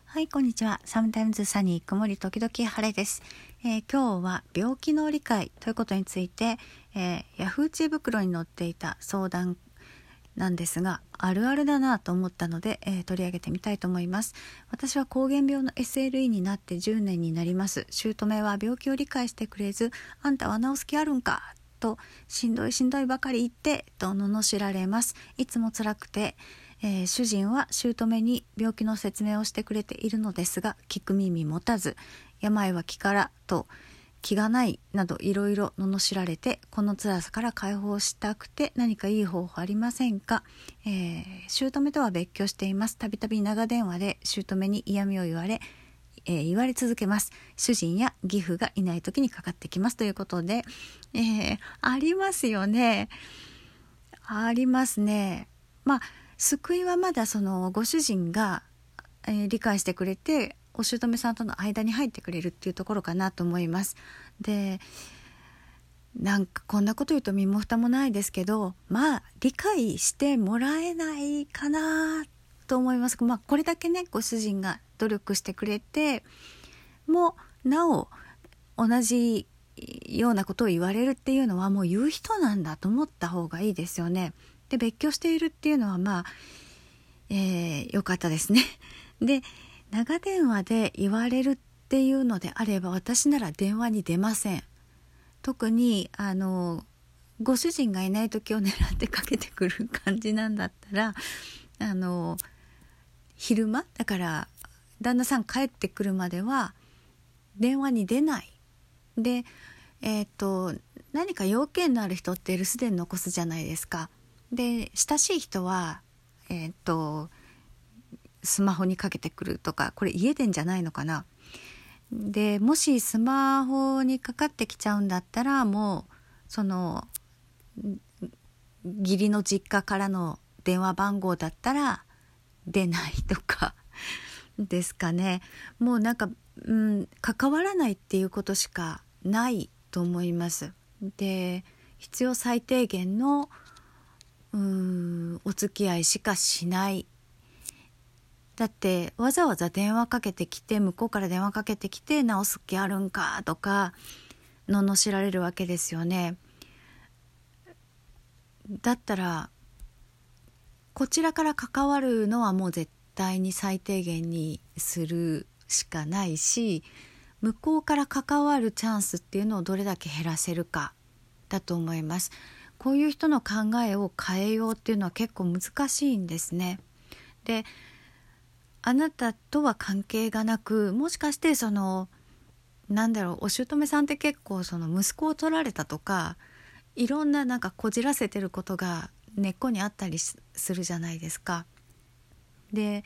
はい、こんにちは。サムタイムズサニー、曇り時々晴れです。今日は病気の理解ということについて、ヤフー知恵袋に載っていた相談なんですが、あるあるだなと思ったので、取り上げてみたいと思います。私は膠原病の SLE になって10年になります。姑は病気を理解してくれず、あんたは治す気あるんかとしんどいばかり言ってと罵られます。いつも辛くて、主人は姑に病気の説明をしてくれているのですが、聞く耳持たず、病は気からと気がないなどいろいろ罵られて、この辛さから解放したくて何かいい方法ありませんか。姑とは別居しています。たびたび長電話で姑に嫌味を言われ続けます。主人や義父がいない時にかかってきますということで、ありますよね。ありますね。救いはまだそのご主人が、理解してくれてお姑さんとの間に入ってくれるっていうところかなと思います。で、なんかこんなこと言うと身も蓋もないですけど、理解してもらえないかなと思います。これだけね、ご主人が努力してくれてもなお同じようなことを言われるっていうのは、もう言う人なんだと思った方がいいですよね。で、別居しているっていうのは良かったですね。で、長電話で言われるっていうのであれば、私なら電話に出ません。特にご主人がいない時を狙ってかけてくる感じなんだったら、昼間だから旦那さん帰ってくるまでは電話に出ない。で、何か要件のある人って留守電残すじゃないですか。で、親しい人はスマホにかけてくるとか、これ家電じゃないのかな。で、もしスマホにかかってきちゃうんだったら、もうその義理の実家からの電話番号だったら出ないとかですかね。もう関わらないっていうことしかないと思います。で、必要最低限のお付き合いしかしない。だってわざわざ電話かけてきて、向こうから電話かけてきて直す気あるんかとか罵られるわけですよね。だったらこちらから関わるのはもう絶対に最低限にするしかないし、向こうから関わるチャンスっていうのをどれだけ減らせるかだと思います。こういう人の考えを変えようっていうのは結構難しいんですね。で、あなたとは関係がなく、もしかしてお姑さんって結構息子を取られたとか、いろんなこじらせてることが根っこにあったりするじゃないですか。で、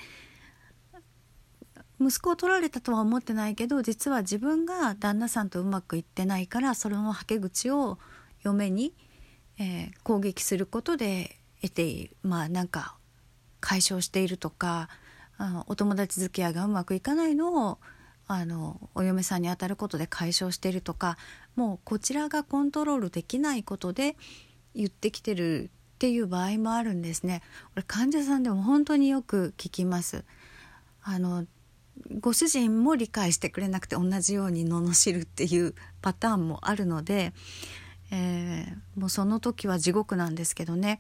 息子を取られたとは思ってないけど、実は自分が旦那さんとうまくいってないから、それのはけ口を嫁に、攻撃することで得ている、解消しているとか、お友達付き合いがうまくいかないのをお嫁さんに当たることで解消しているとか、もうこちらがコントロールできないことで言ってきてるっていう場合もあるんですね。これ患者さんでも本当によく聞きます。ご主人も理解してくれなくて同じように罵るっていうパターンもあるので、もうその時は地獄なんですけどね。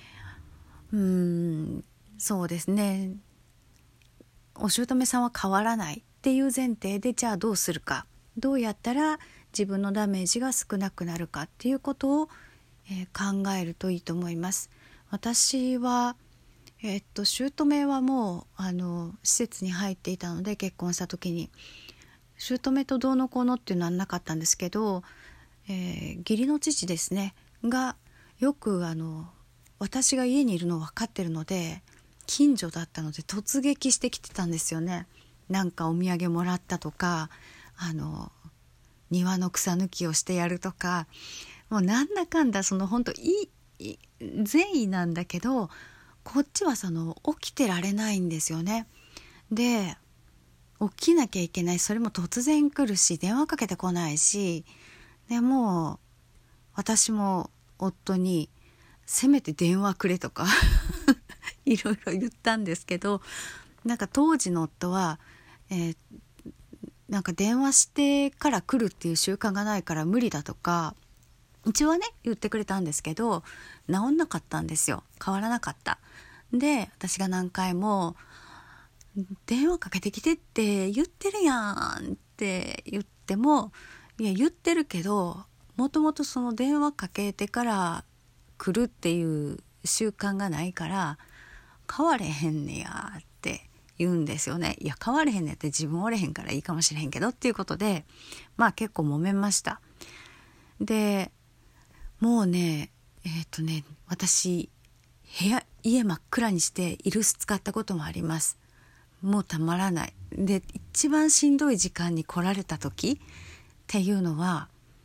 そうですね。お姑さんは変わらないっていう前提で、じゃあどうするか、どうやったら自分のダメージが少なくなるかっていうことを、考えるといいと思います。私は姑はもう施設に入っていたので、結婚した時に姑とどうのこうのっていうのはなかったんですけど、義理の父ですねがよく私が家にいるのを分かってるので、近所だったので突撃してきてたんですよね。なんかお土産もらったとか、庭の草抜きをしてやるとか、もうなんだかんだ本当善意なんだけど、こっちは起きてられないんですよね。で、起きなきゃいけない、それも突然来るし、電話かけてこないし、でもう私も夫にせめて電話くれとかいろいろ言ったんですけど、当時の夫はなんか電話してから来るっていう習慣がないから無理だとか一応はね言ってくれたんですけど、治んなかったんですよ。変わらなかった。で私が何回も電話かけてきてって言ってるやんって言っても、いや言ってるけどもともとその電話かけてから来るっていう習慣がないから変われへんねやって言うんですよね。いや変われへんねって自分おれへんからいいかもしれへんけどっていうことで、まあ結構揉めました。でもうね私家真っ暗にしてイルス使ったこともあります。もうたまらない。で一番しんどい時間に来られた時っていうのは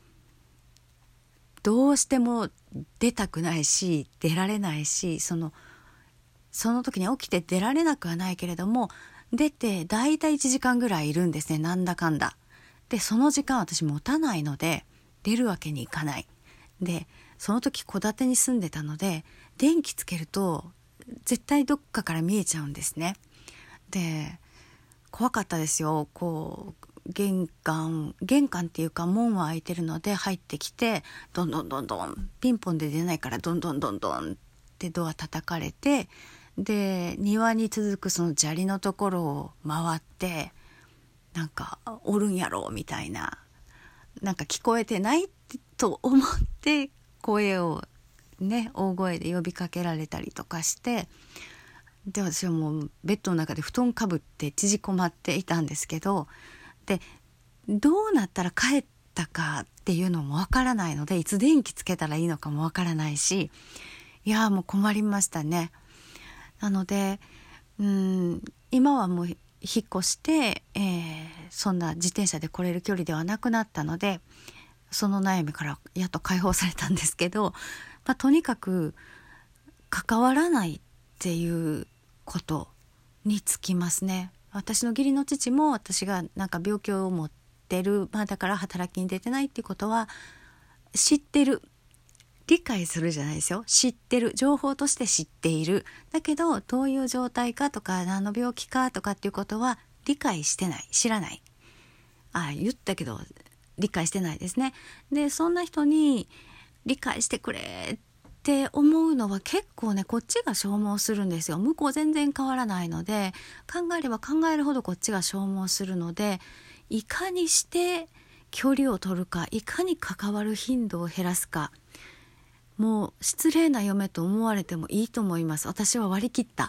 どうしても出たくないし出られないし、その時に起きて出られなくはないけれども出てだいたい1時間ぐらいいるんですね、なんだかんだ。でその時間私持たないので出るわけにいかない。でその時戸建てに住んでたので電気つけると絶対どっかから見えちゃうんですね。で怖かったですよ。こう玄関っていうか門は開いてるので入ってきてどんどんどんどんピンポンで出ないからどんどんどんどんってドア叩かれて、で庭に続くその砂利のところを回ってなんかおるんやろみたいな、なんか聞こえてないと思って声をね大声で呼びかけられたりとかして、で私はもうベッドの中で布団かぶって縮こまっていたんですけど、でどうなったら帰ったかっていうのもわからないのでいつ電気つけたらいいのかもわからないし、いやもう困りましたね。なので今はもう引っ越して、そんな自転車で来れる距離ではなくなったのでその悩みからやっと解放されたんですけど、とにかく関わらないっていうことにつきますね。私の義理の父も私がなんか病気を持ってる、だから働きに出てないっていうことは知ってる、理解するじゃないですよ。知ってる、情報として知っている。だけどどういう状態かとか何の病気かとかっていうことは理解してない、知らない。言ったけど理解してないですね。でそんな人に理解してくれって思うのは結構ねこっちが消耗するんですよ。向こう全然変わらないので考えれば考えるほどこっちが消耗するので、いかにして距離を取るか、いかに関わる頻度を減らすか。もう失礼な嫁と思われてもいいと思います。私は割り切った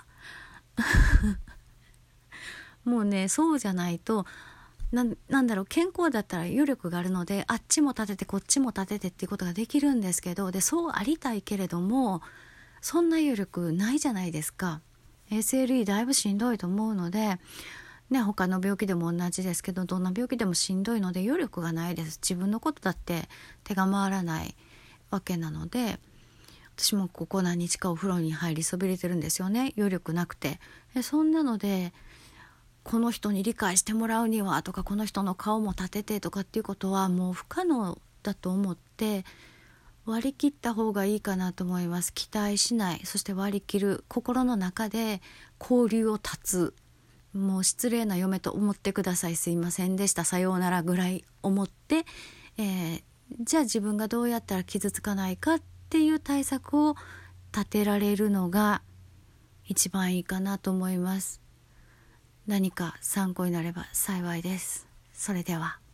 もうねそうじゃないとなんだろう、健康だったら余力があるのであっちも立ててこっちも立ててっていうことができるんですけど、でそうありたいけれどもそんな余力ないじゃないですか。 SLE だいぶしんどいと思うのでね、他の病気でも同じですけどどんな病気でもしんどいので余力がないです。自分のことだって手が回らないわけなので、私もここ何日かお風呂に入りそびれてるんですよね、余力なくて。そんなのでこの人に理解してもらうにはとかこの人の顔も立ててとかっていうことはもう不可能だと思って割り切った方がいいかなと思います。期待しない、そして割り切る、心の中で交流を断つ。もう失礼な嫁と思ってください、すいませんでした、さようならぐらい思って、じゃあ自分がどうやったら傷つかないかっていう対策を立てられるのが一番いいかなと思います。何か参考になれば幸いです。それでは。